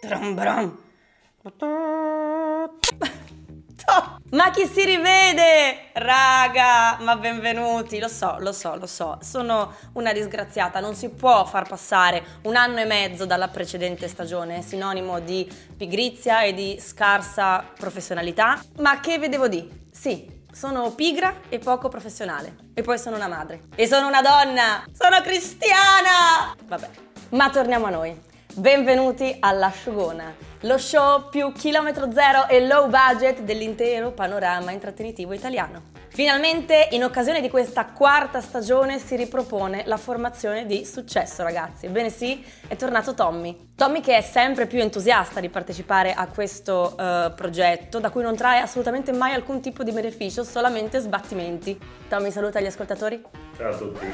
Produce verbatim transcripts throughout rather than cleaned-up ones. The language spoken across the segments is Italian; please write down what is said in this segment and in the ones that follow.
Brum brum. Ma chi si rivede? Raga, ma benvenuti. Lo so, lo so, lo so. Sono una disgraziata. Non si può far passare un anno e mezzo dalla precedente stagione, sinonimo di pigrizia e di scarsa professionalità. Ma che vedevo di? Sì, sono pigra e poco professionale. E poi sono una madre. E sono una donna. Sono cristiana. Vabbè, ma torniamo a noi. Benvenuti all'Asciugona, lo show più chilometro zero e low budget dell'intero panorama intrattenitivo italiano. Finalmente, in occasione di questa quarta stagione, si ripropone la formazione di successo, ragazzi. Ebbene sì, è tornato Tommy. Tommy che è sempre più entusiasta di partecipare a questo uh, progetto, da cui non trae assolutamente mai alcun tipo di beneficio, solamente sbattimenti. Tommy, saluta gli ascoltatori. Ciao a tutti.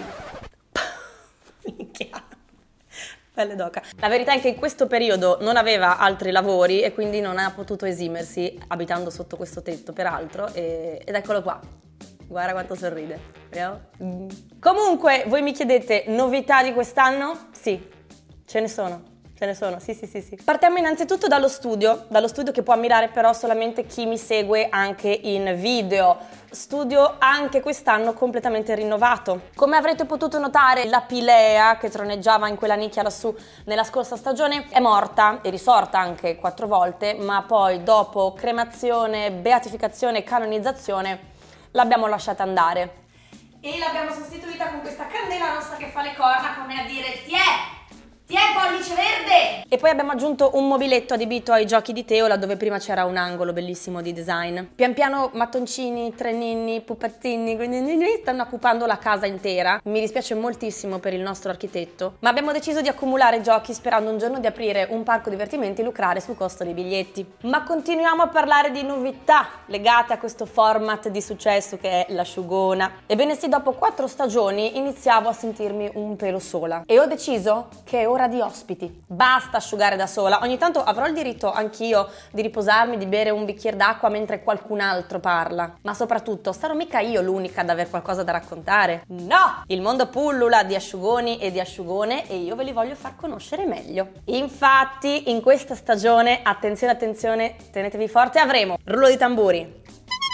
Minchia. Pelle d'oca. La verità è che in questo periodo non aveva altri lavori e quindi non ha potuto esimersi, abitando sotto questo tetto peraltro, e, ed eccolo qua. Guarda quanto sorride. Vediamo. Mm. Comunque, voi mi chiedete novità di quest'anno? Sì, ce ne sono. Ce ne sono, sì sì sì sì. Partiamo innanzitutto dallo studio, dallo studio che può ammirare però solamente chi mi segue anche in video. Studio anche quest'anno completamente rinnovato. Come avrete potuto notare, la Pilea che troneggiava in quella nicchia lassù nella scorsa stagione è morta e risorta anche quattro volte, ma poi dopo cremazione, beatificazione e canonizzazione l'abbiamo lasciata andare. E l'abbiamo sostituita con questa candela rossa che fa le corna, come a dire ti è! Ti è pollice verde! E poi abbiamo aggiunto un mobiletto adibito ai giochi di Teo, laddove prima c'era un angolo bellissimo di design. Pian piano mattoncini, trenini, pupettini, quindi stanno occupando la casa intera. Mi dispiace moltissimo per il nostro architetto, ma abbiamo deciso di accumulare giochi sperando un giorno di aprire un parco divertimenti e lucrare sul costo dei biglietti. Ma continuiamo a parlare di novità legate a questo format di successo che è l'Asciugona. Ebbene sì, dopo quattro stagioni iniziavo a sentirmi un pelo sola e ho deciso che è ora di ospiti. Basta asciugare da sola. Ogni tanto avrò il diritto anch'io di riposarmi, di bere un bicchiere d'acqua mentre qualcun altro parla. Ma soprattutto, sarò mica io l'unica ad aver qualcosa da raccontare? No! Il mondo pullula di asciugoni e di asciugone e io ve li voglio far conoscere meglio. Infatti, in questa stagione, attenzione, attenzione, tenetevi forte, avremo rullo di tamburi.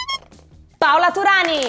Paola Turani!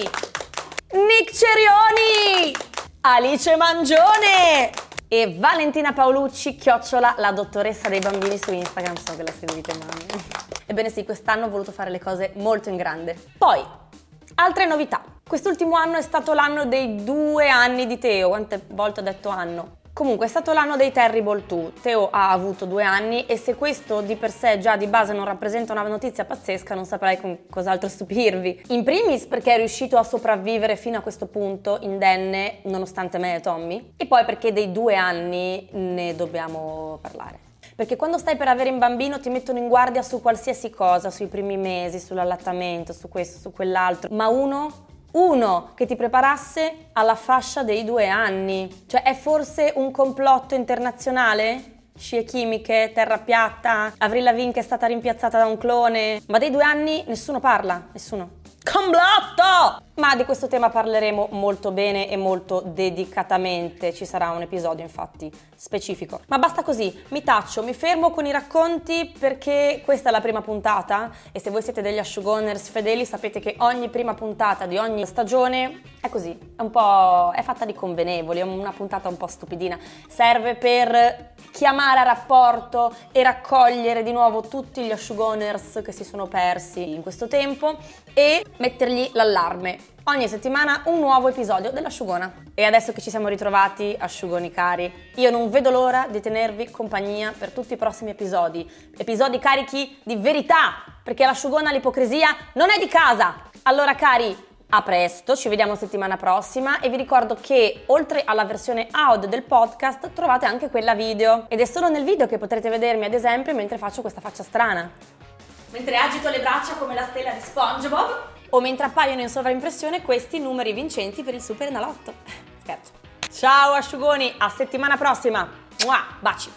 Nick Cerioni! Alice Mangione! E Valentina Paolucci, chiocciola la dottoressa dei bambini su Instagram, so che la seguite, ma... Ebbene sì, quest'anno ho voluto fare le cose molto in grande. Poi, altre novità. Quest'ultimo anno è stato l'anno dei due anni di Teo, quante volte ho detto anno? Comunque è stato l'anno dei Terrible due, Teo ha avuto due anni e se questo di per sé già di base non rappresenta una notizia pazzesca non saprei con cos'altro stupirvi. In primis perché è riuscito a sopravvivere fino a questo punto indenne nonostante me e Tommy, e poi perché dei due anni ne dobbiamo parlare. Perché quando stai per avere un bambino ti mettono in guardia su qualsiasi cosa, sui primi mesi, sull'allattamento, su questo, su quell'altro, ma uno... Uno che ti preparasse alla fascia dei due anni. Cioè è forse un complotto internazionale? Scie chimiche, terra piatta, Avril Lavigne che è stata rimpiazzata da un clone. Ma dei due anni nessuno parla, nessuno. Complotto! Ma di questo tema parleremo molto bene e molto dedicatamente, ci sarà un episodio infatti specifico. Ma basta così, mi taccio, mi fermo con i racconti perché questa è la prima puntata e se voi siete degli asciugoners fedeli sapete che ogni prima puntata di ogni stagione è così, è un po', è fatta di convenevoli, è una puntata un po' stupidina, serve per chiamare a rapporto e raccogliere di nuovo tutti gli asciugoners che si sono persi in questo tempo e mettergli l'allarme. Ogni settimana un nuovo episodio dell'Asciugona. E adesso che ci siamo ritrovati, asciugoni cari, io non vedo l'ora di tenervi compagnia per tutti i prossimi episodi. Episodi carichi di verità, perché l'Asciugona, l'ipocrisia, non è di casa. Allora cari, a presto, ci vediamo settimana prossima e vi ricordo che oltre alla versione audio del podcast trovate anche quella video. Ed è solo nel video che potrete vedermi ad esempio mentre faccio questa faccia strana. Mentre agito le braccia come la stella di SpongeBob. O mentre appaiono in sovraimpressione questi numeri vincenti per il Super Enalotto. Scherzo. Ciao asciugoni, a settimana prossima. Mua, baci.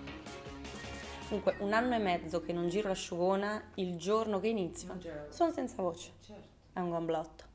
Comunque un anno e mezzo che non giro l'asciugona, il giorno che inizio sono senza voce. È un complotto.